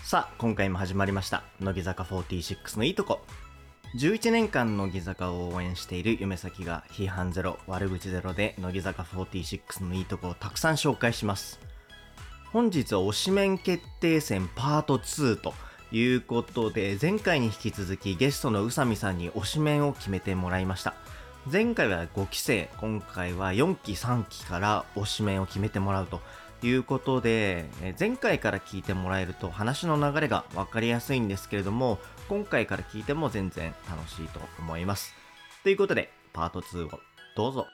さあ今回も始まりました乃木坂46のいいとこ。11年間乃木坂を応援している夢咲が批判ゼロ悪口ゼロで乃木坂46のいいとこをたくさん紹介します。本日は推しメン決定戦パート2ということで、前回に引き続きゲストの宇佐美さんに推しメンを決めてもらいました。前回は5期生、今回は4期3期から推しメンを決めてもらうということで、前回から聞いてもらえると話の流れが分かりやすいんですけれども、今回から聞いても全然楽しいと思います。ということでパート2をどうぞ。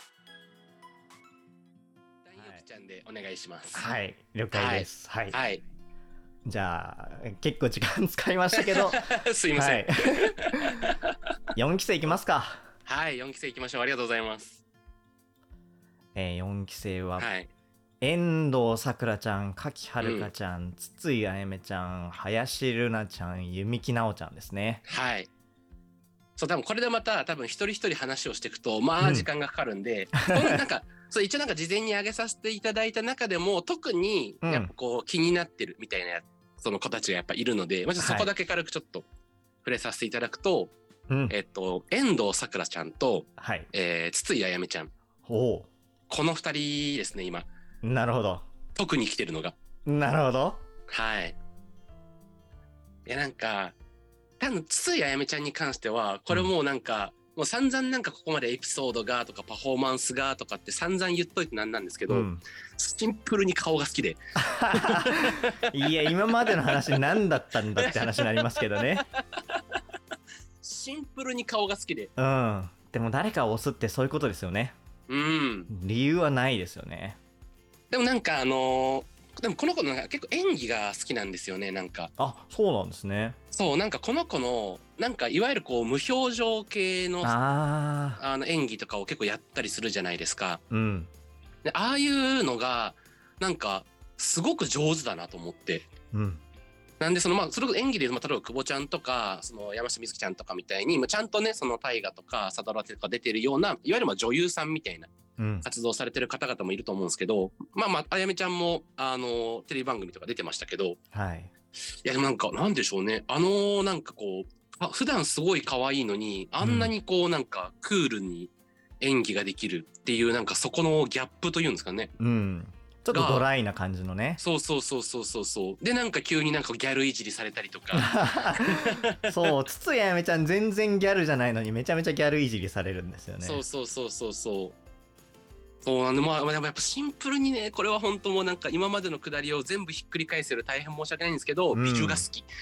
大よきちゃんでお願いします。 はい、了解です。はい、 はい、 じゃあ結構時間使いましたけどすいません。 はい、4期生いきますか。 はい、4期生いきましょう。ありがとうございます。 4期生は、 はい、 遠藤さくらちゃん、柿はるかちゃん、筒井あやめちゃん、林瑠奈ちゃん、弓木奈緒ちゃんですね。 はい。そう、多分これでまた多分一人一人話をしていくとまあ時間がかかるんで、なんかそう一応なんか事前に挙げさせていただいた中でも特にやっぱこう気になってるみたいなその子たちがやっぱいるので、まずそこだけ軽くちょっと触れさせていただくと、遠藤さくらちゃんと、 はい、 筒井あやめちゃん、 おこの2人ですね。今なるほど、 特に来てるのが。 なるほど。 はい。いやなんか多分筒井あやめちゃんに関してはこれもうなんか、もう散々なんかここまでエピソードがとかパフォーマンスがとかって散々言っといてなんなんですけど、シンプルに顔が好きでいや今までの話何だったんだって話になりますけどね。 シンプルに顔が好きで、 でも誰かを押すってそういうことですよね。理由はないですよね。 でもなんかでもこの子のなんか結構演技が好きなんですよね。なんかそうなんですね。 そうなんかこの子のなんかいわゆるこう無表情系の演技とかを結構やったりするじゃないですか。でああいうのがなんかすごく上手だなと思って、なんでそれこそ演技で例えば久保ちゃんとかその山下美月ちゃんとかみたいにちゃんとねその大河とかサドラテとか出てるようないわゆる女優さんみたいな活動されてる方々もいると思うんですけど、あやめちゃんもテレビ番組とか出てましたけど、いやでもなんかなんでしょうね、なんかこう普段すごい可愛いのにあんなにこうなんかクールに演技ができるっていうなんかそこのギャップというんですかね。 ちょっとドライな感じのね。 そうでなんか急になんかギャルいじりされたりとかそう筒井あやめちゃん全然ギャルじゃないのにめちゃめちゃギャルいじりされるんですよね。 そうなんででもやっぱシンプルにねこれは本当もうなんか今までのくだりを全部ひっくり返せる大変申し訳ないんですけど、美女が好き。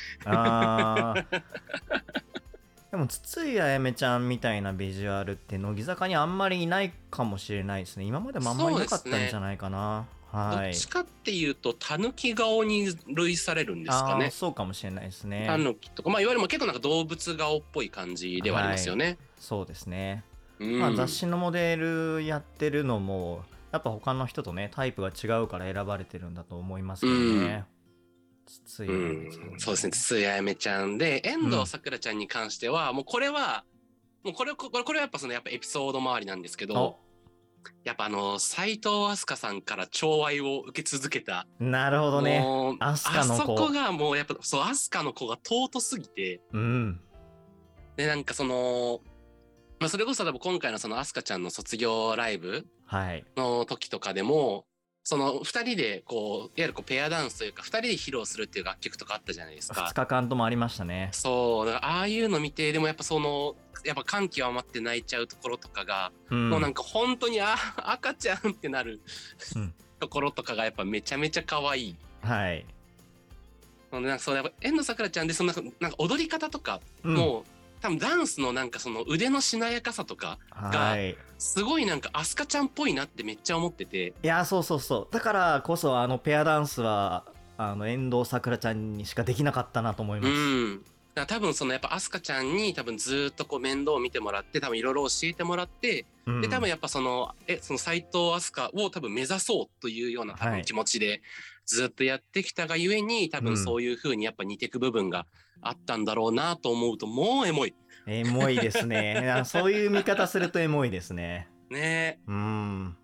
でも筒井あやめちゃんみたいなビジュアルって乃木坂にあんまりいないかもしれないですね。今までもあんまりなかったんじゃないかな。 どっちかっていうとタヌキ顔に類されるんですかね。 そうかもしれないですね。 タヌキとかいわゆる結構なんか動物顔っぽい感じではありますよね。 そうですね。雑誌のモデルやってるのもやっぱ他の人とねタイプが違うから選ばれてるんだと思いますけどね。筒井あやめちゃん、 そうですね。筒井あやめちゃんで遠藤さくらちゃんに関してはもうこれはやっぱやっぱエピソード周りなんですけど、やっぱ斉藤飛鳥さんから寵愛を受け続けた。 なるほどね。 あそこがもうやっぱそう飛鳥の子が尊すぎて、でなんかそれこそ多分今回のその飛鳥ちゃんの卒業ライブの時とかでも、その2人でこういわゆるこうペアダンスというか2人で披露するっていう楽曲とかあったじゃないですか。 2日間ともありましたね。 そうだからああいうの見て、でもやっぱやっぱ感極まって泣いちゃうところとかが、もうなんか本当に赤ちゃんってなるところとかがやっぱめちゃめちゃ可愛い。なんかやっぱ遠藤さくらちゃんでなんか踊り方とかも多分ダンスのなんかその腕のしなやかさとかがすごいなんか飛鳥ちゃんっぽいなってめっちゃ思ってて。 いやそうだからこそペアダンスは遠藤さくらちゃんにしかできなかったなと思います。 だから多分やっぱ飛鳥ちゃんに多分ずっとこう面倒を見てもらって多分いろいろ教えてもらって、で多分やっぱ斉藤飛鳥を多分目指そうというような多分気持ちでずっとやってきたがゆえに、多分そういう風にやっぱ似てく部分があったんだろうなと思うと、もうエモい。 エモいですね。そういう見方するとエモいですね。 ねえ。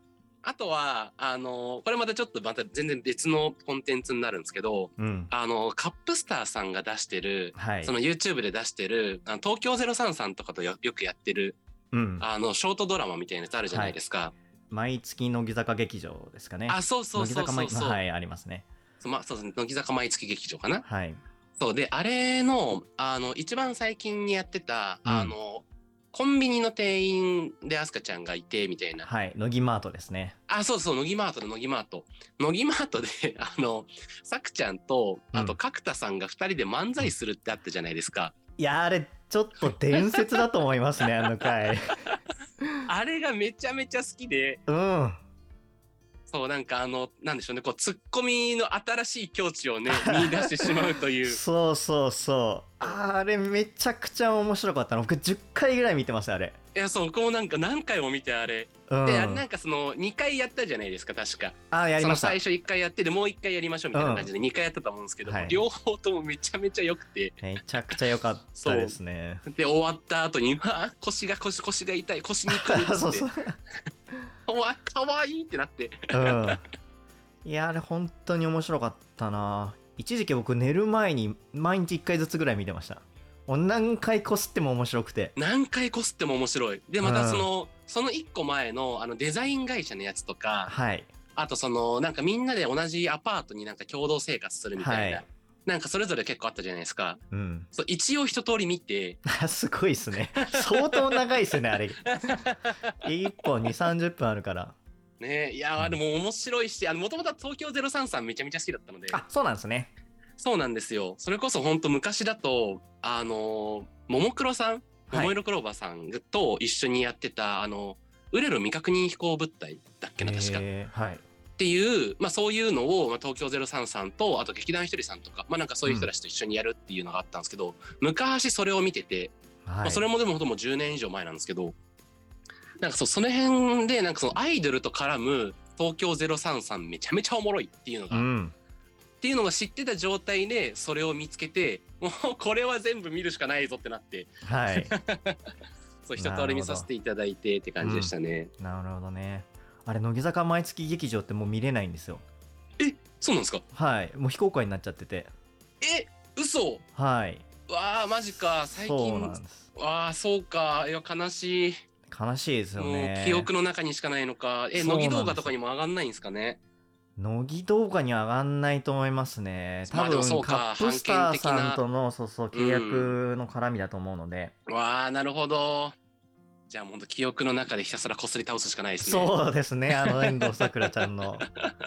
あとは、これまたちょっとまた全然別のコンテンツになるんですけど、カップスターさんが出してる、その YouTube で出してる、東京03さんとかとよくやってる、ショートドラマみたいなやつあるじゃないですか。 毎月乃木坂劇場ですかね。 そうそうそうそうそう。 はい、ありますね。 そうですね。乃木坂毎月劇場かな。 はい。 そうで、あれの、一番最近にやってた、コンビニの店員でアスカちゃんがいて、みたいな。 はい、乃木マートですね。 そうそう、乃木マートで、乃木マート。乃木マートで、さくちゃんと、あと、角田さんが2人で漫才するってあったじゃないですか。 いや、あれ、ちょっと伝説だと思いますね、あの回。 あれがめちゃめちゃ好きで、そう、なんかなんでしょうね、こう、ツッコミの新しい境地をね、見出してしまうという。 そうそうそう。あれ、めちゃくちゃ面白かったの。僕、10回ぐらい見てます、あれ。 いや、そう、僕もなんか何回も見て、あれ。で、なんかその、2回やったじゃないですか、確か。 やりました。 その最初1回やって、で、もう1回やりましょうみたいな感じで2回やったと思うんですけど、両方ともめちゃめちゃ良くて。 めちゃくちゃ良かったですね。 で、終わった後に、腰が痛い、腰に来るって。そうそう。かわいいってなって。 いや、あれ本当に面白かったな。一時期僕寝る前に毎日1回ずつぐらい見てました。何回こすっても面白くて。 何回こすっても面白い。で、またその1個前のデザイン会社のやつとか、あとなんかみんなで同じアパートになんか共同生活するみたいな。なんかそれぞれ結構あったじゃないですか。そう、一応一通り見て。 すごいっすね。相当長いっすね、あれ。1本2、30分あるから。 ね、いや、でも面白いし、もともと東京03さんめちゃめちゃ好きだったので。 そうなんですね。 そうなんですよ。それこそ本当昔だと、ももクロさん、桃色クローバーさんと一緒にやってた、ウレロ未確認飛行物体だっけな、確か。っていう、そういうのを、東京03さんと、あと劇団ひとりさんとか、なんかそういう人たちと一緒にやるっていうのがあったんですけど、昔それを見てて、それもでもほんともう10年以上前なんですけど、なんかその辺で、なんかそのアイドルと絡む東京03さんめちゃめちゃおもろいっていうのが、っていうのが知ってた状態でそれを見つけて、もうこれは全部見るしかないぞってなって、そう一通り見させていただいてって感じでしたね。 なるほどね。あれ、乃木坂毎月劇場ってもう見れないんですよ。 そうなんですか？ はい、もう非公開になっちゃってて。 嘘？ はい。 わあ、マジか。最近。そうなんです。わあ、そうか。いや、悲しい。 悲しいですよね。 もう記憶の中にしかないのか。乃木動画とかにも上がんないんですかね。 乃木動画に上がんないと思いますね。多分カップスターさんとの契約の絡みだと思うので。 わあ、なるほど。じゃあ本当記憶の中でひたすらこすり倒すしかないですね。 そうですね。遠藤さくらちゃんの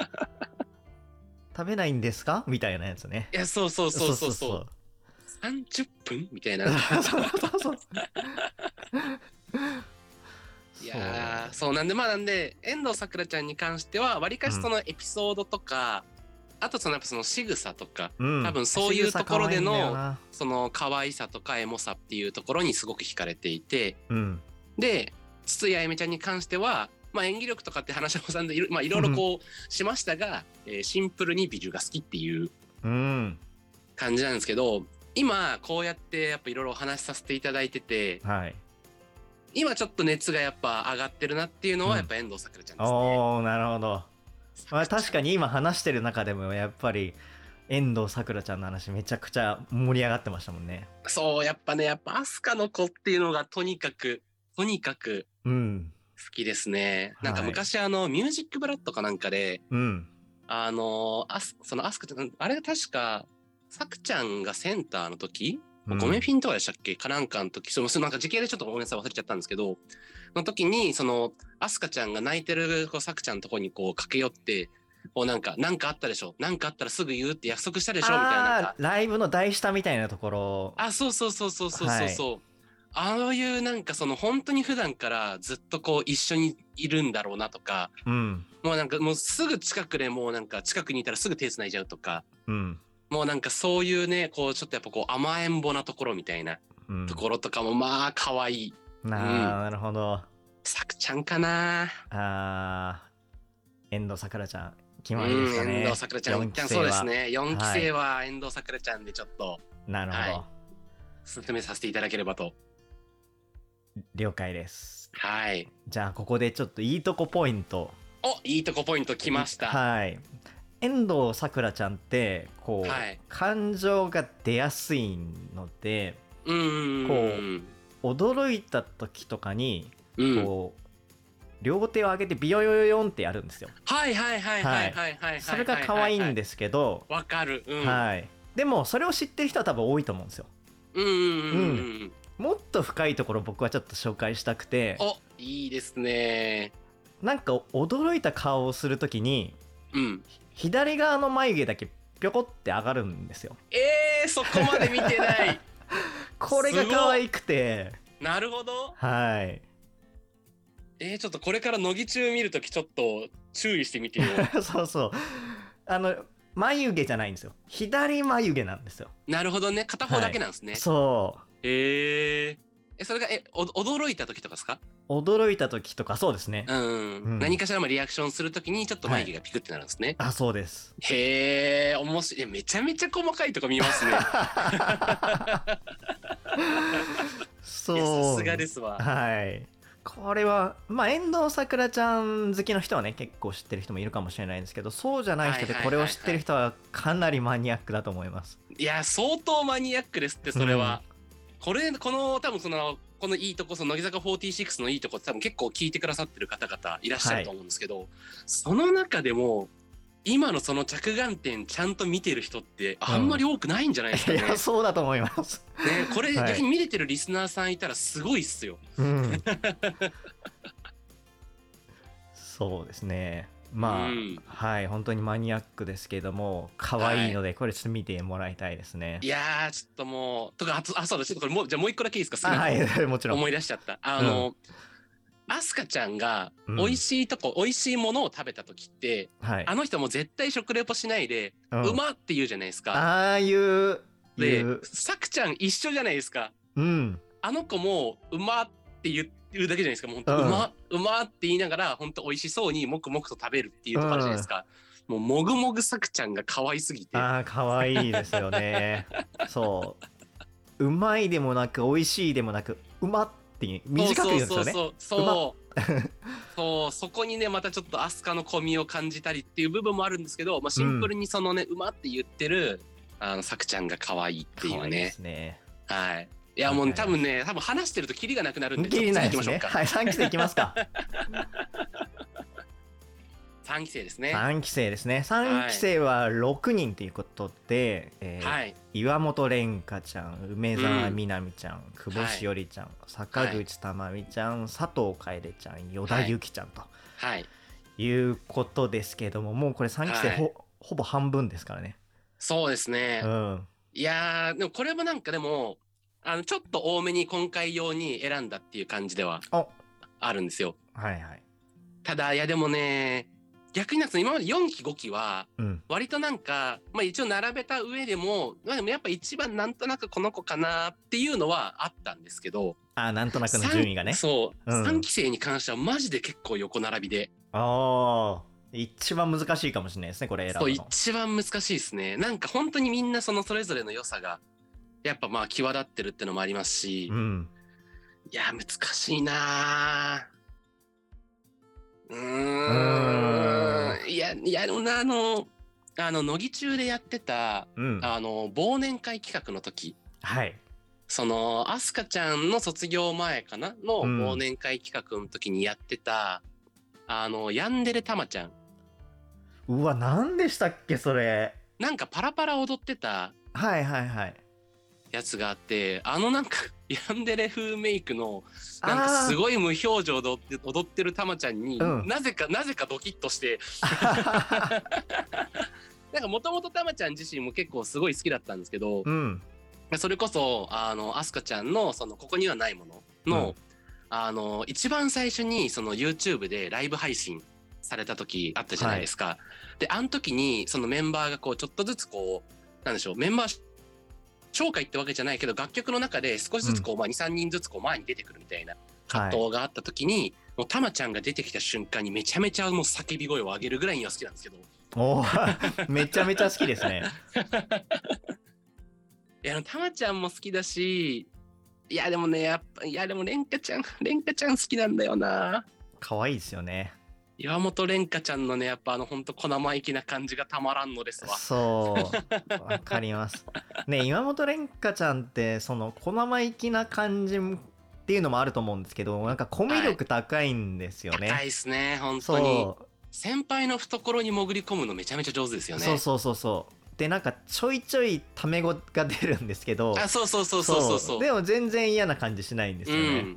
食べないんですかみたいなやつね。 いや、そうそうそうそうそう。30分みたいな。いやー、そうなんで、なんで遠藤さくらちゃんに関してはわりかしそのエピソードとか、あとやっぱその仕草とか、多分そういうところでのその可愛さとかエモさっていうところにすごく惹かれていて、で筒井あゆみちゃんに関しては、演技力とかって話もさんでいろいろこうしましたが、シンプルに美女が好きっていう感じなんですけど、今こうやってやっぱいろいろお話しさせていただいてて、今ちょっと熱がやっぱ上がってるなっていうのはやっぱ遠藤さくらちゃんですね。 なるほど。確かに今話してる中でもやっぱり遠藤さくらちゃんの話めちゃくちゃ盛り上がってましたもんね。 そう、やっぱアスカの子っていうのがとにかく好きですね。なんか昔ミュージックブラッドかなんかで、そのアスカちゃん、あれ確かさくちゃんがセンターの時、ゴメフィンとかでしたっけかなんかの時、なんか時系でちょっとごめんなさい忘れちゃったんですけど、の時にアスカちゃんが泣いてるさくちゃんのとこにこう駆け寄って、なんかあったでしょ、なんかあったらすぐ言うって約束したでしょみたいな。 ライブの台下みたいなところ。 そうそうそうそうそうそう。ああいうなんか本当に普段からずっとこう一緒にいるんだろうなとか、もうなんかもうすぐ近くでもうなんか近くにいたらすぐ手繋いじゃうとか、もうなんかそういうね、こうちょっとやっぱこう甘えん坊なところみたいなところとかも可愛い。 なるほど。 さくちゃんかな。 遠藤さくらちゃん決まりですかね。 遠藤さくらちゃん、そうですね。4期生は遠藤さくらちゃんでちょっと、 なるほど。 進めさせていただければと。 了解です。 はい。 じゃあここでちょっといいとこポイントお、いいとこポイントきました。 はい。遠藤さくらちゃんってこう、感情が出やすいので、こう驚いた時とかにこう両手を上げてビヨヨヨヨンってやるんですよ。 はいはいはいはいはいはい。 それが可愛いんですけど、 わかる。 はい。でもそれを知ってる人は多分多いと思うんですよ。もっと深いところ僕はちょっと紹介したくて。 お、いいですね。 なんか驚いた顔をするときに、左側の眉毛だけぴょこって上がるんですよ。 そこまで見てない。 これが可愛くて。 なるほど。 はい。 ちょっとこれから乃木中見るときちょっと注意してみてよ。 そうそう。眉毛じゃないんですよ。左眉毛なんですよ。 なるほどね。片方だけなんですね。 そう。 それが驚いた時とかですか？ 驚いた時とか、そうですね。 何かしらもリアクションするときにちょっと眉毛がピクってなるんですね。 あ、そうです。 へえ、面白い。めちゃめちゃ細かいとこ見ますね。 そう。 さすがですわ。 はい。これは遠藤さくらちゃん好きの人はね結構知ってる人もいるかもしれないんですけど、そうじゃない人でこれを知ってる人はかなりマニアックだと思います。 いや相当マニアックですって。それは、この多分このいいとこ、その乃木坂46のいいとこって多分結構聞いてくださってる方々いらっしゃると思うんですけど、その中でも今のその着眼点ちゃんと見てる人ってあんまり多くないんじゃないですかね。 いやそうだと思います。 ね、これ逆に見れてるリスナーさんいたらすごいっすよ。 そうですね。はい、本当にマニアックですけども可愛いので、これちょっと見てもらいたいですね。 いやちょっともうとかそうだ、ちょっとこれじゃあもう一個だけいいですか？ はい、もちろん。 思い出しちゃった。アスカちゃんが美味しい美味しいものを食べた時って、あの人も絶対食レポしないで、うまって言うじゃないですか。 ああいうで、さくちゃん一緒じゃないですか。あの子もうまって言うだけじゃないですか。もう本当うまって言いながら本当美味しそうにもくもくと食べるっていうところじゃないですか。もうもぐもぐさくちゃんが可愛すぎて。 可愛いですよね。そううまいでもなく美味しいでもなくうまって短く言うんですよね。 そこにねまたちょっとアスカの込みを感じたりっていう部分もあるんですけど、シンプルにそのねうまって言ってるさくちゃんが可愛いっていうね。はい。いやもう多分話してるとキリがなくなるんで、 キリないですね。はい、3期生いきますか。 3期生ですね。 3期生ですね。3期生は6人ということで、岩本蓮香ちゃん、梅澤美波ちゃん、久保しおりちゃん、坂口珠美ちゃん、佐藤楓ちゃん、依田ゆきちゃんと、いうことですけども、もうこれ3期生ほぼ半分ですからね。 そうですね。いやでもこれもなんかでもちょっと多めに今回用に選んだっていう感じではあるんですよ。ただいやでもね逆に今まで4期5期は割となんか、一応並べた上でもでもやっぱ一番なんとなくこの子かなっていうのはあったんですけど、 なんとなくの順位がね。 3期生に関してはマジで結構横並びで、 一番難しいかもしれないですねこれ選ぶの。 一番難しいですね。なんか本当にみんなそれぞれの良さがやっぱ際立ってるってのもありますし、いや難しいな。いやでもな乃木中でやってた、忘年会企画の時、そのアスカちゃんの卒業前かなの忘年会企画の時にやってた、ヤンデレタマちゃん。 うわ、何でしたっけそれ。 なんかパラパラ踊ってたやつがあって、なんかヤンデレ風メイクのなんかすごい無表情で踊ってるタマちゃんに、なぜかドキッとしてなんかもともとタマちゃん自身も結構すごい好きだったんですけど、それこそアスカちゃんのここにはないものの、一番最初にその YouTube でライブ配信された時あったじゃないですか。であの時にそのメンバーがこうちょっとずつこうなんでしょう、メンバー紹介ってわけじゃないけど楽曲の中で少しずつこう、2、3人ずつこう前に出てくるみたいな葛藤があった時に、もうタマちゃんが出てきた瞬間にめちゃめちゃもう叫び声を上げるぐらいには好きなんですけど。 めちゃめちゃ好きですね。 いやタマちゃんも好きだし、いやでもねやっぱでもレンカちゃん好きなんだよな。 可愛いですよね。 岩本蓮香ちゃんのね、やっぱほんと小生意気な感じがたまらんのですわ。 そうわかりますね。岩本蓮香ちゃんってその小生意気な感じっていうのもあると思うんですけど、なんかコミュ力高いんですよね。 高いですね、本当に。先輩の懐に潜り込むのめちゃめちゃ上手ですよね。 そうで、なんかちょいちょいタメ語が出るんですけど、 そうでも全然嫌な感じしないんですよね。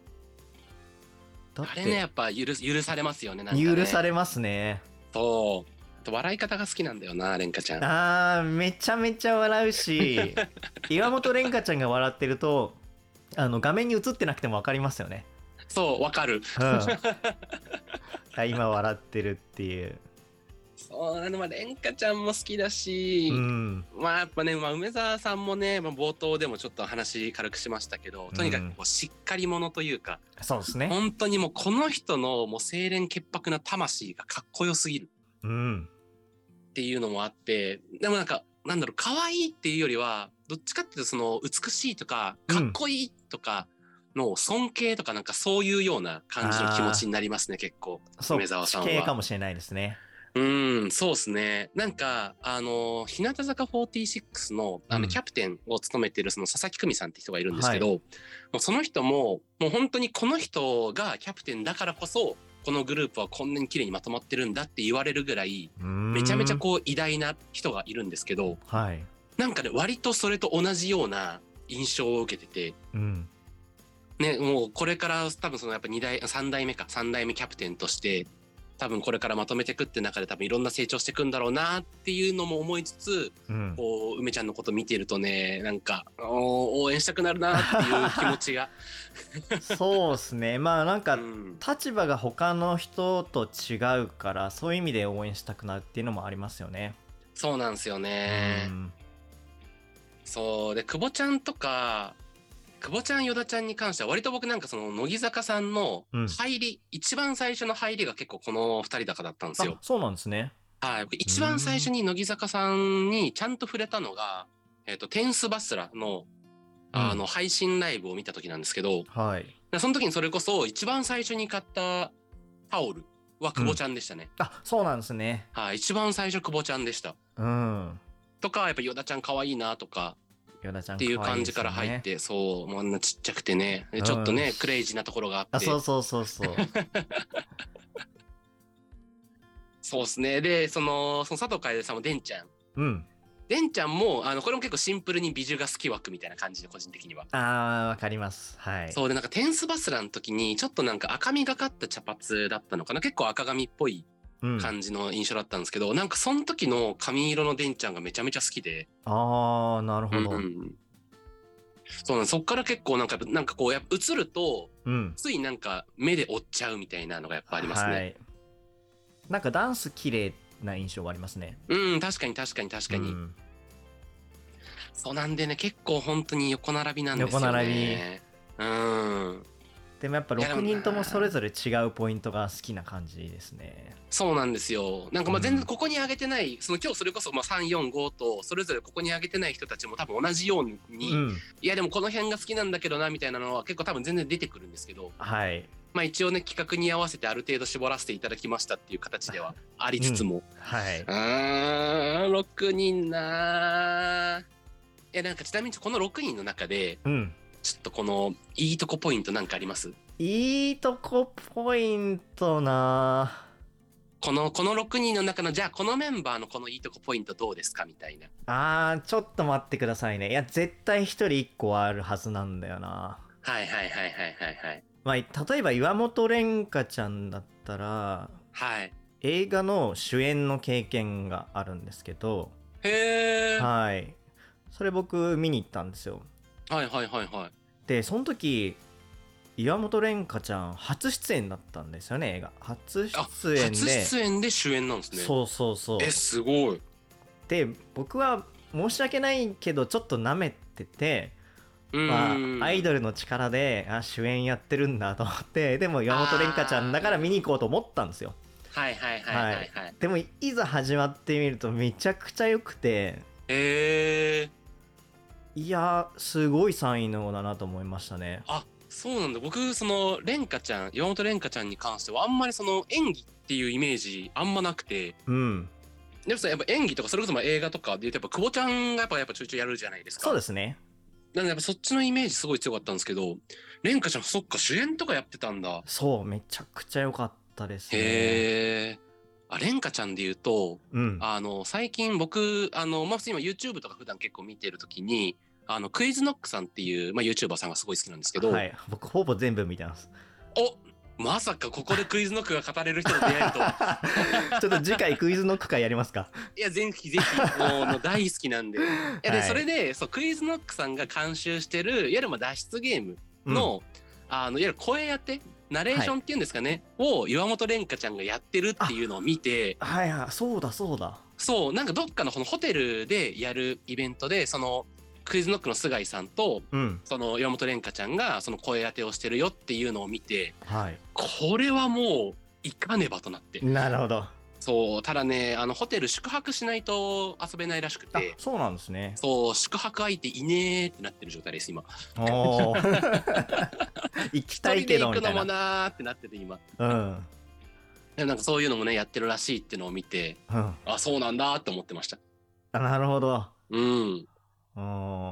あれね、やっぱ許されますよね、なんかね。 許されますね。 そう。あと笑い方が好きなんだよな、蓮香ちゃん。 めちゃめちゃ笑うし岩本蓮香ちゃんが笑ってると画面に映ってなくても分かりますよね。 そう、わかる。 今笑ってるっていう。 そう蓮香ちゃんも好きだし、まあやっぱね、梅沢さんもね、冒頭でもちょっと話軽くしましたけど、とにかくこうしっかり者というか、 そうですね。 本当にもうこの人のもう清廉潔白な魂がかっこよすぎるっていうのもあって、でもなんかなんだろう、可愛いっていうよりはどっちかっていうとその美しいとかかっこいいとかの尊敬とかなんかそういうような感じの気持ちになりますね、結構梅沢さんは。 尊敬かもしれないですね。 そうですね。なんか日向坂46のキャプテンを務めているその佐々木久美さんって人がいるんですけど、もうその人ももう本当にこの人がキャプテンだからこそこのグループはこんなに綺麗にまとまってるんだって言われるぐらいめちゃめちゃこう偉大な人がいるんですけど、なんかね割とそれと同じような印象を受けてて、ね、もうこれから多分そのやっぱ3代目キャプテンとして多分これからまとめていくって中で多分いろんな成長していくんだろうなっていうのも思いつつ、こう梅ちゃんのこと見てるとね、なんか応援したくなるなっていう気持ちがそうですね。まあなんか立場が他の人と違うからそういう意味で応援したくなるっていうのもありますよね。 そうなんですよね。そうで久保ちゃんとか久保ちゃん、依田ちゃんに関しては割と僕なんかその乃木坂さんの入り、一番最初の入りが結構この2人だったんですよ。 そうなんですね。 はい、一番最初に乃木坂さんにちゃんと触れたのがテンスバスラの配信ライブを見た時なんですけど、その時にそれこそ一番最初に買ったタオルは久保ちゃんでしたね。 そうなんですね。 はい、一番最初久保ちゃんでした。とかやっぱ依田ちゃん可愛いなとか。っていう感じから入って、そうもうあんなちっちゃくてね、ちょっとねクレイジーなところがあって、そうそうですね。でその佐藤楓さんもデンちゃん、デンちゃんもこれも結構シンプルに美女が好き枠みたいな感じで個人的には。 わかります。はい。 そうでなんかテンスバスラの時にちょっとなんか赤みがかった茶髪だったのかな、結構赤髪っぽい感じの印象だったんですけど、なんかその時の髪色のデンちゃんがめちゃめちゃ好きで。 なるほど。 そうそっから結構なんかこうやっぱ映ると、ついなんか目で追っちゃうみたいなのがやっぱありますね。 なんかダンス綺麗な印象はありますね。 確かに。そうなんでね、結構本当に横並びなんですよね。 でもやっぱ6人ともそれぞれ違うポイントが好きな感じですね。 そうなんですよ。なんか全然ここに挙げてない、その今日それこそ3、4、5とそれぞれここに挙げてない人たちも多分同じように、いやでもこの辺が好きなんだけどなみたいなのは結構多分全然出てくるんですけど、一応ね企画に合わせてある程度絞らせていただきましたっていう形ではありつつも、6人なんかちなみにこの6人の中で、ちょっとこのいいとこポイントなんかあります？ いいとこポイントな。 この6人の中のじゃあこのメンバーのこのいいとこポイントどうですかみたいな。 ちょっと待ってくださいね。いや絶対1人1個あるはずなんだよな。例えば岩本蓮香ちゃんだったら、映画の主演の経験があるんですけど、それ僕見に行ったんですよ。でその時岩本蓮香ちゃん初出演だったんですよね。映画初出演で主演なんですね。 そうすごい。 で僕は申し訳ないけどちょっと舐めてて、アイドルの力で主演やってるんだと思って、でも岩本蓮香ちゃんだから見に行こうと思ったんですよ。でもいざ始まってみるとめちゃくちゃ良くて、 いやすごい才能だなと思いましたね。 そうなんだ。僕、その、蓮華ちゃん、岩本蓮華ちゃんに関しては、あんまりその演技っていうイメージあんまなくて、 うん。 でもさ、やっぱ演技とか、それこそまあ映画とかで言うと、やっぱ久保ちゃんがやっぱちょいちょいやるじゃないですか。 そうですね。 なのでやっぱそっちのイメージすごい強かったんですけど、蓮華ちゃん、そっか、主演とかやってたんだ。 そう、めちゃくちゃ良かったですね。 へー。あ、蓮華ちゃんで言うと、 うん。 最近僕、まあ、普通に今 YouTube とか普段結構見てるときに、クイズノックさんっていう、まあ、YouTuber さんがすごい好きなんですけど、 はい。僕、ほぼ全部見てます。 お、まさかここでクイズノックが語れる人と出会えるとは。 ちょっと次回クイズノック会やりますか？ いや、ぜひぜひ、もう大好きなんで。いや、で、 はいそれで、そう、クイズノックさんが監修してる、いわゆるまあ脱出ゲームの、いわゆる声当て、ナレーションっていうんですかね、を岩本蓮華ちゃんがやってるっていうのを見て、 はいはい、そうだそうだ。 そう、なんかどっかのこのホテルでやるイベントで、その、クイズノックの菅井さんと、 うん。 その岩本蓮華ちゃんがその声当てをしてるよっていうのを見て、 はい。 これはもう行かねばとなって。 なるほど。 そう、ただね、ホテル宿泊しないと遊べないらしくあ、 て、 そうなんですね。 そう、宿泊相手いねーってなってる状態です、今。 おー行きたいけどみたい一人で行くのもな。 なーってなってて、今。 うん。 でなんかそういうのもね、やってるらしいっていうのを見て、 うん。 あ、そうなんだーって思ってました。 あ、なるほど。 うん。 うん。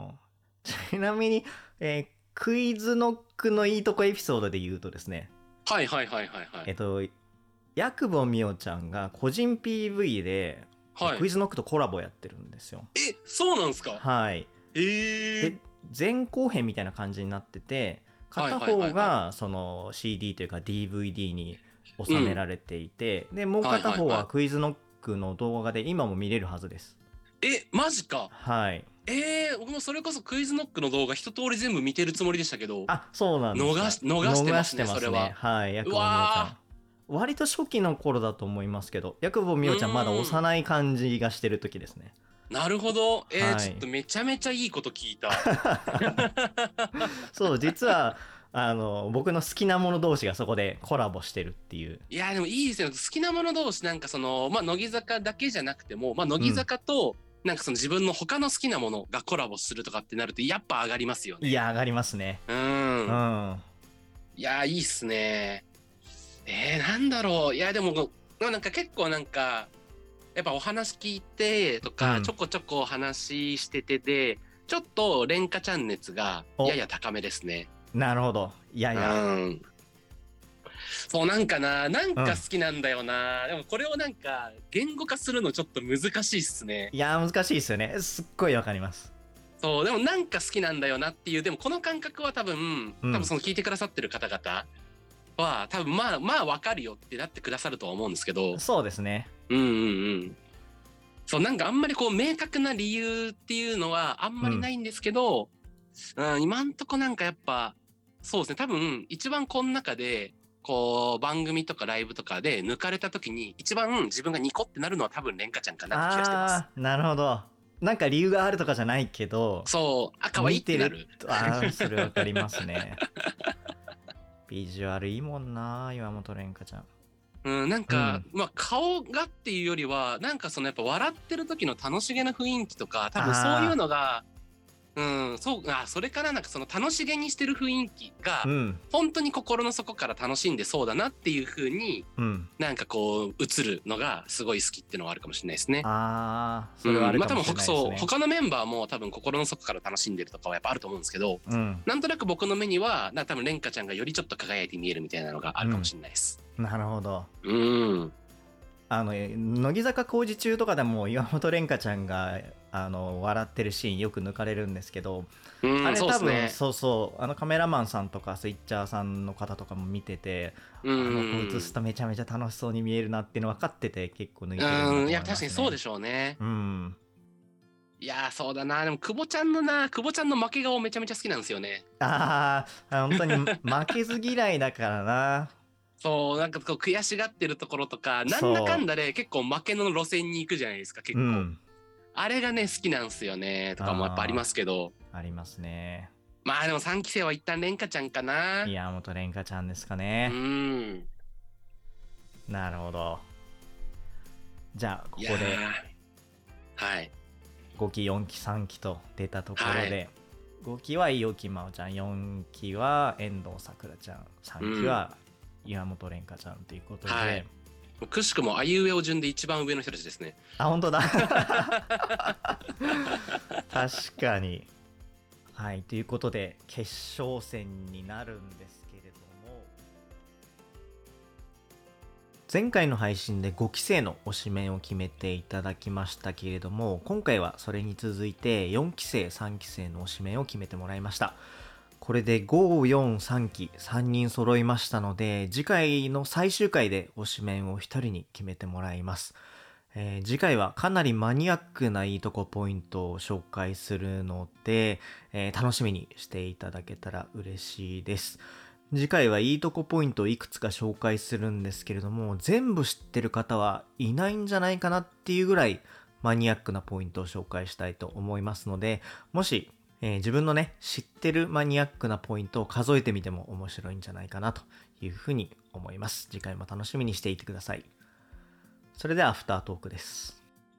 ちなみに、クイズノックのいいとこエピソードで言うとですね、 はいはいはいはいはい。 八久保美桜ちゃんが個人 PV で、 はい。 クイズノックとコラボやってるんですよ。 え、そうなんすか？ はい。で、前後編みたいな感じになってて、片方がその CD というか DVD に収められていて、で、もう片方はクイズノックの動画で今も見れるはずです。 え、マジか。 はい。 僕もそれこそクイズノックの動画一通り全部見てるつもりでしたけど、 あ、そうなんですか。 逃してますね、それは。 はい、八う久保美桜ちゃわん。割と初期の頃だと思いますけど、八久保美桜ちゃんまだ幼い感じがしてる時ですね。 なるほど。 はいちょっとめちゃめちゃいいこと聞いた。 そう、実は、僕の好きなもの同士がそこでコラボしてるっていう。 いや、でもいいですよ。好きなもの同士、なんかその、まあ、乃木坂だけじゃなくても、まあ、乃木坂と、なんかその自分の他の好きなものがコラボするとかってなると、やっぱ上がりますよね。 いや、上がりますね。 うん。 うん。 いや、いいっすね。なんだろう。いや、でも、なんか結構なんか、やっぱお話聞いてとか、ちょこちょこお話しててで、ちょっと蓮華ちゃん熱がやや高めですね。 なるほど。いやいや。 うん。そうなんかな、なんか好きなんだよな。でもこれをなんか言語化するのちょっと難しいっすね。 いや、難しいですよね。すっごいわかります。 そう、でもなんか好きなんだよなっていう、でもこの感覚は多分その聞いてくださってる方々は多分まあわかるよってなってくださるとは思うんですけど。 そうですね。 うんうんうん。そう、なんかあんまりこう明確な理由っていうのはあんまりないんですけど、今んとこなんかやっぱ、そうですね、多分一番この中で、こう番組とかライブとかで抜かれた時に一番自分がニコってなるのは多分蓮華ちゃんかなって気がしてます。 なるほど。なんか理由があるとかじゃないけど、 そう、可愛いってなる。 それわかりますね。ビジュアルいいもんな、岩本蓮華ちゃん。 なんか、まあ顔がっていうよりは、なんかそのやっぱ笑ってる時の楽しげな雰囲気とか、多分そういうのが、そう、それからなんかその楽しげにしてる雰囲気が、本当に心の底から楽しんでそうだなっていう風に、なんかこう映るのがすごい好きっていうのはあるかもしれないですね。 それはあるかもしれないですね。 まあ多分そう、他のメンバーも多分心の底から楽しんでるとかはやっぱあると思うんですけど、なんとなく僕の目には、多分蓮華ちゃんがよりちょっと輝いて見えるみたいなのがあるかもしれないです。 なるほど。 乃木坂工事中とかでも岩本蓮華ちゃんが笑ってるシーンよく抜かれるんですけど、あれ多分そうカメラマンさんとかスイッチャーさんの方とかも見てて、映すとめちゃめちゃ楽しそうに見えるなっていうの分かってて結構抜いてるんだと思いますね。 いや確かにそうでしょうね。いやそうだな。でも久保ちゃんの負け顔めちゃめちゃ好きなんですよね。 本当に負けず嫌いだからな。 そう、なんかこう悔しがってるところとか、なんだかんだで結構負けの路線に行くじゃないですか、結構。あれがね、好きなんすよね、とかもやっぱありますけど。 ありますね。 まあでも3期生は一旦蓮華ちゃんかな。 岩本蓮華ちゃんですかね。なるほど。じゃあ、ここで、 はい。 5期、4期、3期と出たところで、 5期は伊予木真央ちゃん、4期は遠藤さくらちゃん、3期は岩本蓮香ちゃんということで、はい、 くしくもあいうえお順で一番上の人たちですね。 あ、本当だ確かに。はい、ということで決勝戦になるんですけれども、前回の配信で5期生の推しメンを決めていただきましたけれども、今回はそれに続いて4期生3期生の推しメンを決めてもらいました。これで5、4、3期3人揃いましたので、次回の最終回で推しメンを1人に決めてもらいます。次回はかなりマニアックないいとこポイントを紹介するので、楽しみにしていただけたら嬉しいです。次回はいいとこポイントをいくつか紹介するんですけれども、全部知ってる方はいないんじゃないかなっていうぐらいマニアックなポイントを紹介したいと思いますので、もし、自分のね知ってるマニアックなポイントを数えてみても面白いんじゃないかなというふうに思います。次回も楽しみにしていてください。それではアフタートークです。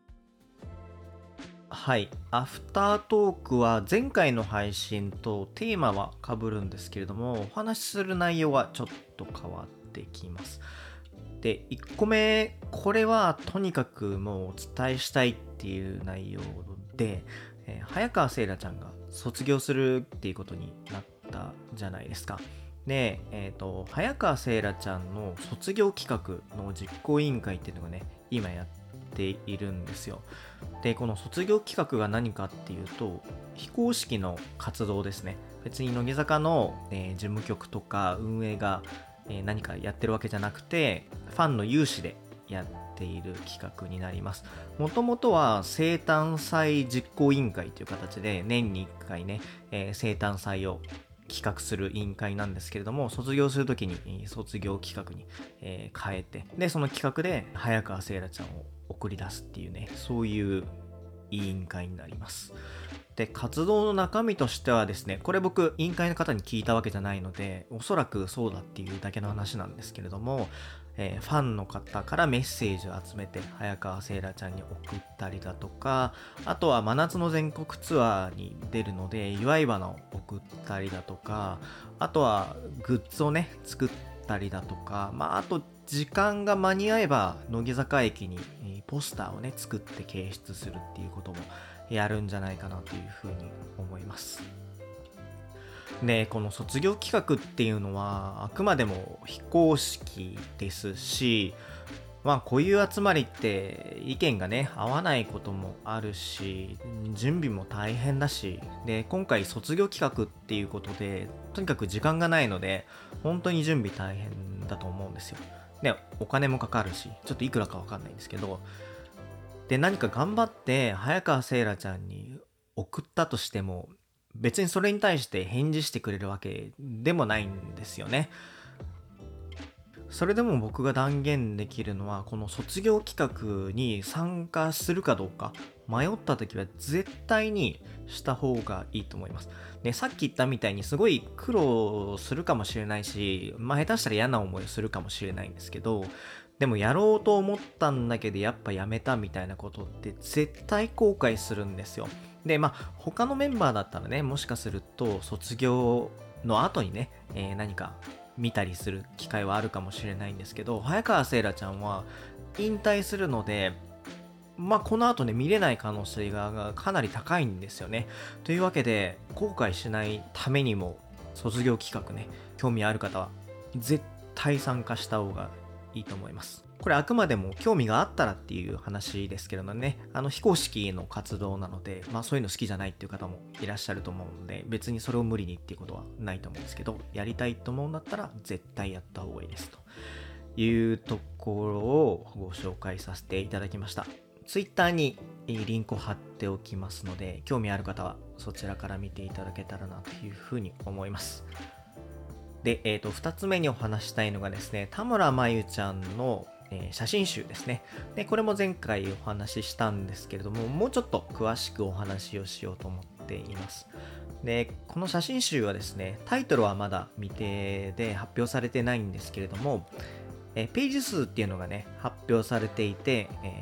はい、アフタートークは前回の配信とテーマは被るんですけれども、お話しする内容はちょっと変わってきます。で、1個目、これはとにかくもうお伝えしたいっていう内容で、早川せいらちゃんが卒業するっていうことになったじゃないですか。で、早川せいらちゃんの卒業企画の実行委員会っていうのがね、今やっているんですよ。で、この卒業企画が何かっていうと、非公式の活動ですね。別に乃木坂の、事務局とか運営が、何かやってるわけじゃなくて、ファンの有志でやっている企画になります。もともとは生誕祭実行委員会という形で年に1回ね、生誕祭を企画する委員会なんですけれども、卒業するときに卒業企画に、変えて、でその企画で早川せいらちゃんを送り出すっていうね、そういう委員会になります。で、活動の中身としてはですね、これ僕委員会の方に聞いたわけじゃないので、おそらくそうだっていうだけの話なんですけれども、ファンの方からメッセージを集めて早川せいらちゃんに送ったりだとか、あとは真夏の全国ツアーに出るので祝い花を送ったりだとか、あとはグッズをね作ったりだとか、あと時間が間に合えば乃木坂駅にポスターをね作って掲出するっていうこともやるんじゃないかなというふうに思います。で、この卒業企画っていうのはあくまでも非公式ですし、こういう集まりって意見がね合わないこともあるし、準備も大変だし、で今回卒業企画っていうことでとにかく時間がないので本当に準備大変だと思うんですよ。でお金もかかるし、ちょっといくらかわかんないんですけど、で何か頑張って早川せいらちゃんに送ったとしても別にそれに対して返事してくれるわけでもないんですよね。それでも僕が断言できるのは、この卒業企画に参加するかどうか迷った時は絶対にした方がいいと思います。で、さっき言ったみたいにすごい苦労するかもしれないし、下手したら嫌な思いをするかもしれないんですけど、でもやろうと思ったんだけどやっぱやめたみたいなことって絶対後悔するんですよ。で、他のメンバーだったらね、もしかすると卒業の後にね、何か見たりする機会はあるかもしれないんですけど、早川せいらちゃんは引退するので、この後ね見れない可能性がかなり高いんですよね。というわけで後悔しないためにも卒業企画ね、興味ある方は絶対参加した方がいいと思います。これあくまでも興味があったらっていう話ですけれどね、非公式の活動なので、そういうの好きじゃないっていう方もいらっしゃると思うので、別にそれを無理にっていうことはないと思うんですけど、やりたいと思うんだったら絶対やった方がいいですというところをご紹介させていただきました。Twitter にリンクを貼っておきますので、興味ある方はそちらから見ていただけたらなというふうに思います。で、2つ目にお話したいのがですね、田村真由ちゃんの写真集ですね。で、これも前回お話ししたんですけれども、もうちょっと詳しくお話をしようと思っています。で、この写真集はですね、タイトルはまだ未定で発表されてないんですけれども、ページ数っていうのがね、発表されてい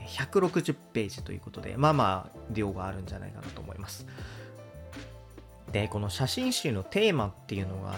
て、160ページということで、量があるんじゃないかなと思います。 で、この写真集のテーマっていうのがあって、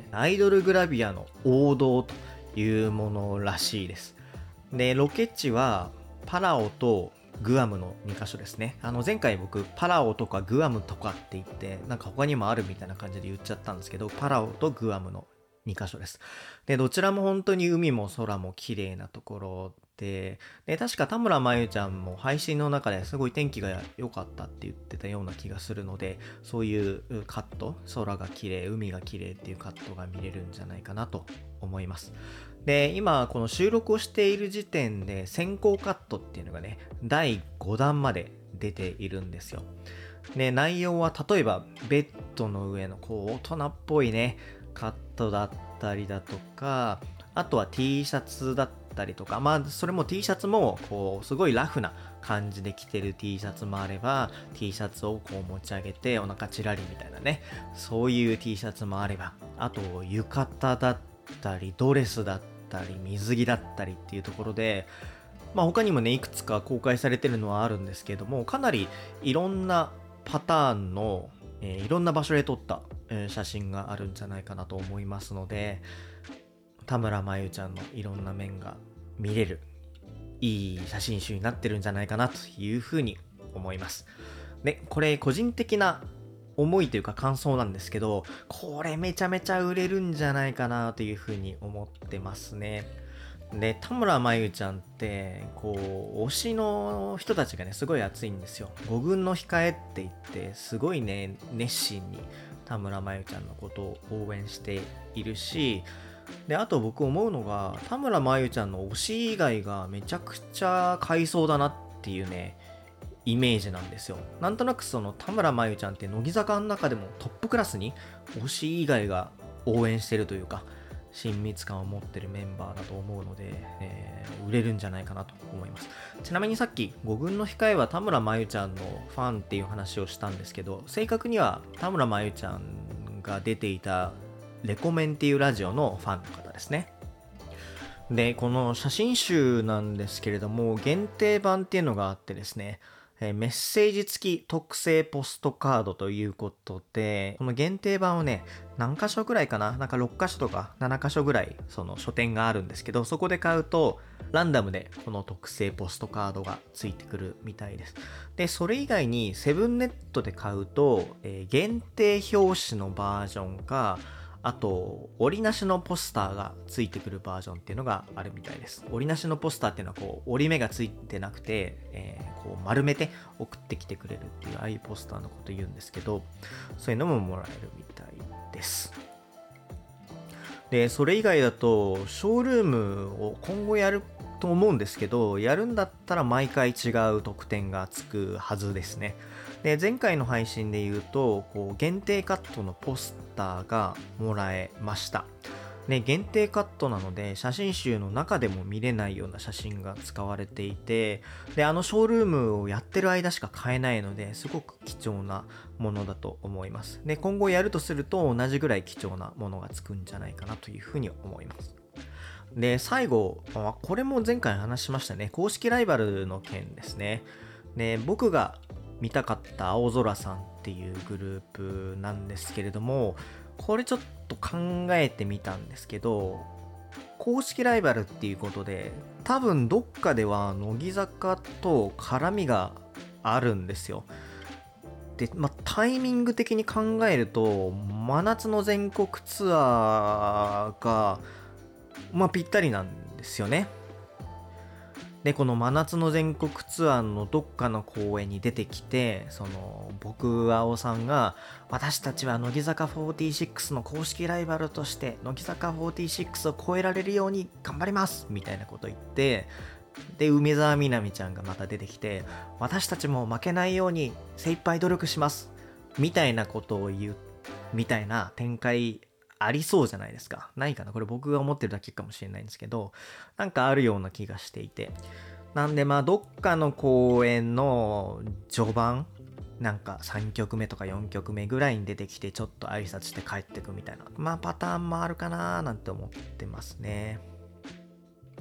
アイドルグラビアの王道というものらしいです。で、ロケ地はパラオとグアムの2カ所ですね。前回僕パラオとかグアムとかって言ってなんか他にもあるみたいな感じで言っちゃったんですけど、パラオとグアムの2カ所です。で、どちらも本当に海も空も綺麗なところで、確か田村真由ちゃんも配信の中ですごい天気が良かったって言ってたような気がするので、そういうカット、空が綺麗、海が綺麗っていうカットが見れるんじゃないかなと思います。で、今この収録をしている時点で先行カットっていうのがね、第5弾まで出ているんですよ。で、内容は例えばベッドの上のこう大人っぽいね、カットだったりだとか、あとは T シャツだったりとか、まあそれも T シャツもこうすごいラフな感じで着てる T シャツもあれば、 T シャツをこう持ち上げてお腹チラリみたいなね、そういう T シャツもあれば、あと浴衣だったりドレスだったり水着だったりっていうところで、まあ他にもねいくつか公開されてるのはあるんですけども、かなりいろんなパターンの、いろんな場所で撮った、写真があるんじゃないかなと思いますので、田村真由ちゃんのいろんな面が見れるいい写真集になってるんじゃないかなというふうに思います。で、これ個人的な思いというか感想なんですけど、これめちゃめちゃ売れるんじゃないかなというふうに思ってますね。で、田村真由ちゃんってこう推しの人たちがねすごい熱いんですよ。5軍の控えって言ってすごいね熱心に田村真由ちゃんのことを応援しているし、で、あと僕思うのが、田村真由ちゃんの推し以外がめちゃくちゃ買いそうだなっていうね、イメージなんですよ。なんとなくその田村真由ちゃんって乃木坂の中でもトップクラスに推し以外が応援してるというか、親密感を持ってるメンバーだと思うので、売れるんじゃないかなと思います。ちなみにさっき5軍の控えは田村真由ちゃんのファンっていう話をしたんですけど、正確には田村真由ちゃんが出ていたレコメンっていうラジオのファンの方ですね。で、この写真集なんですけれども、限定版っていうのがあってですね、メッセージ付き特製ポストカードということで、この限定版をね、何箇所ぐらいかな、なんか6箇所とか7箇所ぐらいその書店があるんですけど、そこで買うとランダムでこの特製ポストカードがついてくるみたいです。で、それ以外にセブンネットで買うと、限定表紙のバージョンか、あと、折りなしのポスターがついてくるバージョンっていうのがあるみたいです。折りなしのポスターっていうのはこう折り目がついてなくて、こう丸めて送ってきてくれるっていうああいうポスターのこと言うんですけど、そういうのももらえるみたいです。で、それ以外だとショールームを今後やると思うんですけど、やるんだったら毎回違う特典がつくはずですね。で、前回の配信で言うと、こう限定カットのポスターがもらえました。ね、限定カットなので写真集の中でも見れないような写真が使われていて、で、ショールームをやってる間しか買えないので、すごく貴重なものだと思います。で、今後やるとすると同じぐらい貴重なものがつくんじゃないかなというふうに思います。で、最後、これも前回話しましたね。公式ライバルの件ですね。で、僕が見たかった青空さんっていうグループなんですけれども、これちょっと考えてみたんですけど、公式ライバルっていうことで、多分どっかでは乃木坂と絡みがあるんですよ。で、タイミング的に考えると、真夏の全国ツアーが、ぴったりなんですよね。で、この真夏の全国ツアーのどっかの公演に出てきて、僕、青さんが、私たちは乃木坂46の公式ライバルとして、乃木坂46を超えられるように頑張りますみたいなこと言って、で、梅澤美波ちゃんがまた出てきて、私たちも負けないように精一杯努力しますみたいなことを言う、みたいな展開ありそうじゃないですか。ないかな、これ僕が思ってるだけかもしれないんですけど、なんかあるような気がしていて。なんでどっかの公演の序盤、なんか3曲目とか4曲目ぐらいに出てきてちょっと挨拶して帰ってくみたいな、パターンもあるかなーなんて思ってますね。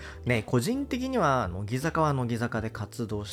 ね、個人的には乃木坂は乃木坂で活動して、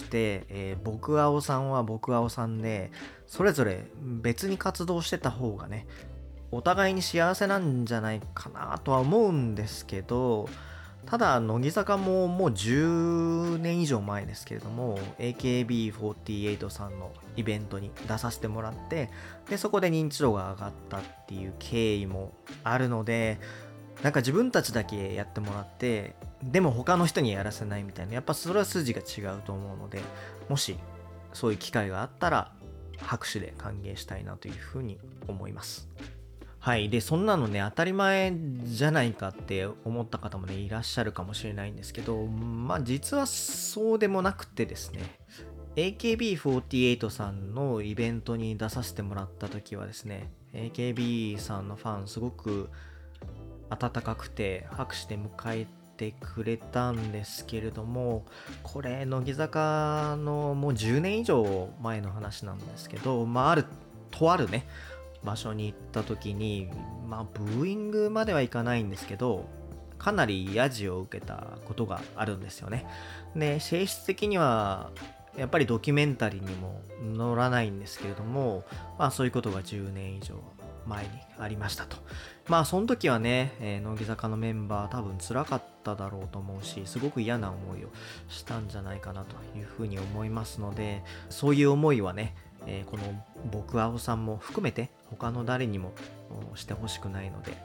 僕青さんは僕青さんで、それぞれ別に活動してた方がね、お互いに幸せなんじゃないかなとは思うんですけど、ただ乃木坂ももう10年以上前ですけれども AKB48 さんのイベントに出させてもらって、でそこで認知度が上がったっていう経緯もあるので、なんか自分たちだけやってもらってでも他の人にやらせないみたいな、やっぱそれは筋が違うと思うので、もしそういう機会があったら拍手で歓迎したいなというふうに思います。はい。で、そんなのね、当たり前じゃないかって思った方もね、いらっしゃるかもしれないんですけど、まあ実はそうでもなくてですね、AKB48 さんのイベントに出させてもらった時はですね、AKB さんのファンすごく温かくて拍手で迎えてくれたんですけれども、これ乃木坂のもう10年以上前の話なんですけど、まあとあるね場所に行った時に、まあブーイングまではいかないんですけど、かなりヤジを受けたことがあるんですよね。で、性質的にはやっぱりドキュメンタリーにも載らないんですけれども、まあそういうことが10年以上前にありましたと。まあその時はね、乃木坂のメンバー多分辛かっただろうと思うし、すごく嫌な思いをしたんじゃないかなというふうに思いますので、そういう思いはね、この僕青さんも含めて他の誰にもしてほしくないので、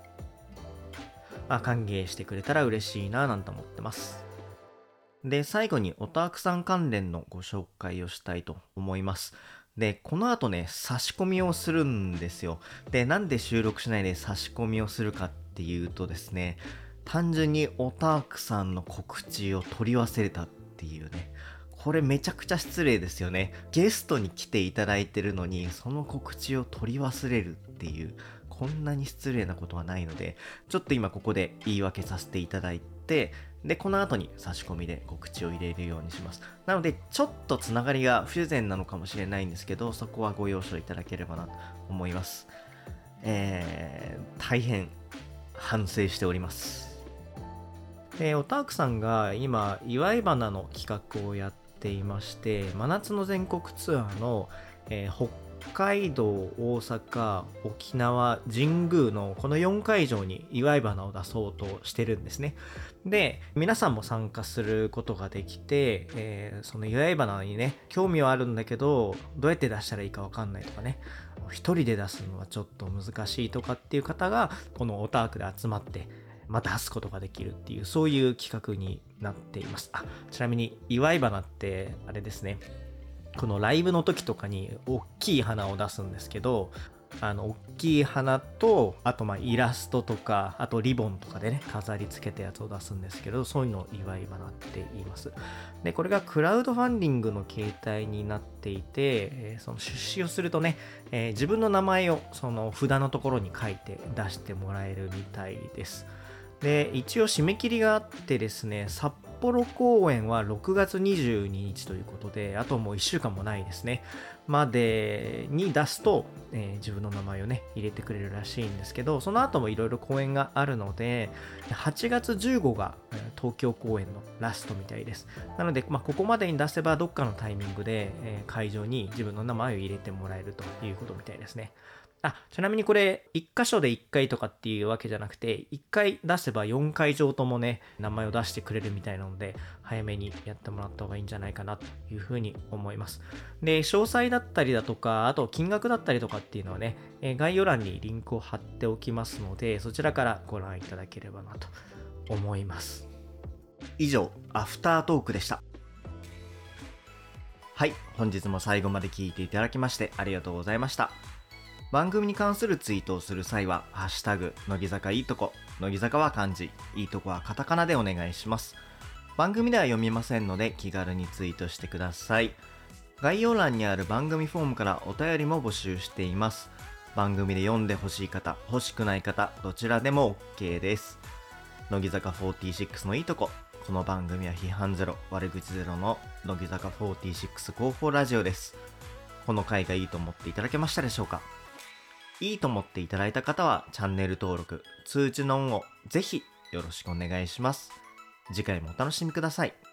歓迎してくれたら嬉しいななんて思ってます。で、最後にオタクさん関連のご紹介をしたいと思います。で、この後ね、差し込みをするんですよ。で、なんで収録しないで差し込みをするかっていうとですね、単純にオタクさんの告知を取り忘れたっていうね、これめちゃくちゃ失礼ですよね。ゲストに来ていただいてるのに、その告知を取り忘れるっていう、こんなに失礼なことはないので、ちょっと今ここで言い訳させていただいて、で、この後に差し込みで告知を入れるようにします。なので、ちょっとつながりが不自然なのかもしれないんですけど、そこはご容赦いただければなと思います。大変反省しております。オタクさんが今、祝い花の企画をやっていまして、真夏の全国ツアーの、北海道、大阪、沖縄、神宮のこの4会場に祝い花を出そうとしてるんですね。で、皆さんも参加することができて、その祝い花にね、興味はあるんだけど、どうやって出したらいいかわかんないとかね、一人で出すのはちょっと難しいとかっていう方が、このオタクで集まって、出すことができるっていう、そういう企画になっています。ちなみに祝い花ってあれですね、このライブの時とかに大きい花を出すんですけど、大きい花と、あとイラストとか、あとリボンとかでね、飾り付けたやつを出すんですけど、そういうのを祝い花って言います。で、これがクラウドファンディングの形態になっていて、その出資をするとね、自分の名前をその札のところに書いて出してもらえるみたいです。で、一応締め切りがあってですね、札幌公演は6月22日ということで、あともう1週間もないですね。までに出すと、自分の名前をね、入れてくれるらしいんですけど、その後もいろいろ公演があるので、8月15が東京公演のラストみたいです。なので、ここまでに出せばどっかのタイミングで、会場に自分の名前を入れてもらえるということみたいですね。ちなみにこれ、1箇所で1回とかっていうわけじゃなくて、1回出せば4会場ともね、名前を出してくれるみたいなので、早めにやってもらった方がいいんじゃないかなというふうに思います。で、詳細だったりだとか、あと金額だったりとかっていうのはね、概要欄にリンクを貼っておきますので、そちらからご覧いただければなと思います。以上、アフタートークでした。はい、本日も最後まで聞いていただきましてありがとうございました。番組に関するツイートをする際は、ハッシュタグ、乃木坂いいとこ、乃木坂は漢字、いいとこはカタカナでお願いします。番組では読みませんので、気軽にツイートしてください。概要欄にある番組フォームからお便りも募集しています。番組で読んでほしい方、欲しくない方、どちらでも OK です。乃木坂46のいいとこ。この番組は批判ゼロ、悪口ゼロの乃木坂46広報ラジオです。この回がいいと思っていただけましたでしょうか？いいと思っていただいた方はチャンネル登録、通知のオンをぜひよろしくお願いします。 次回もお楽しみください。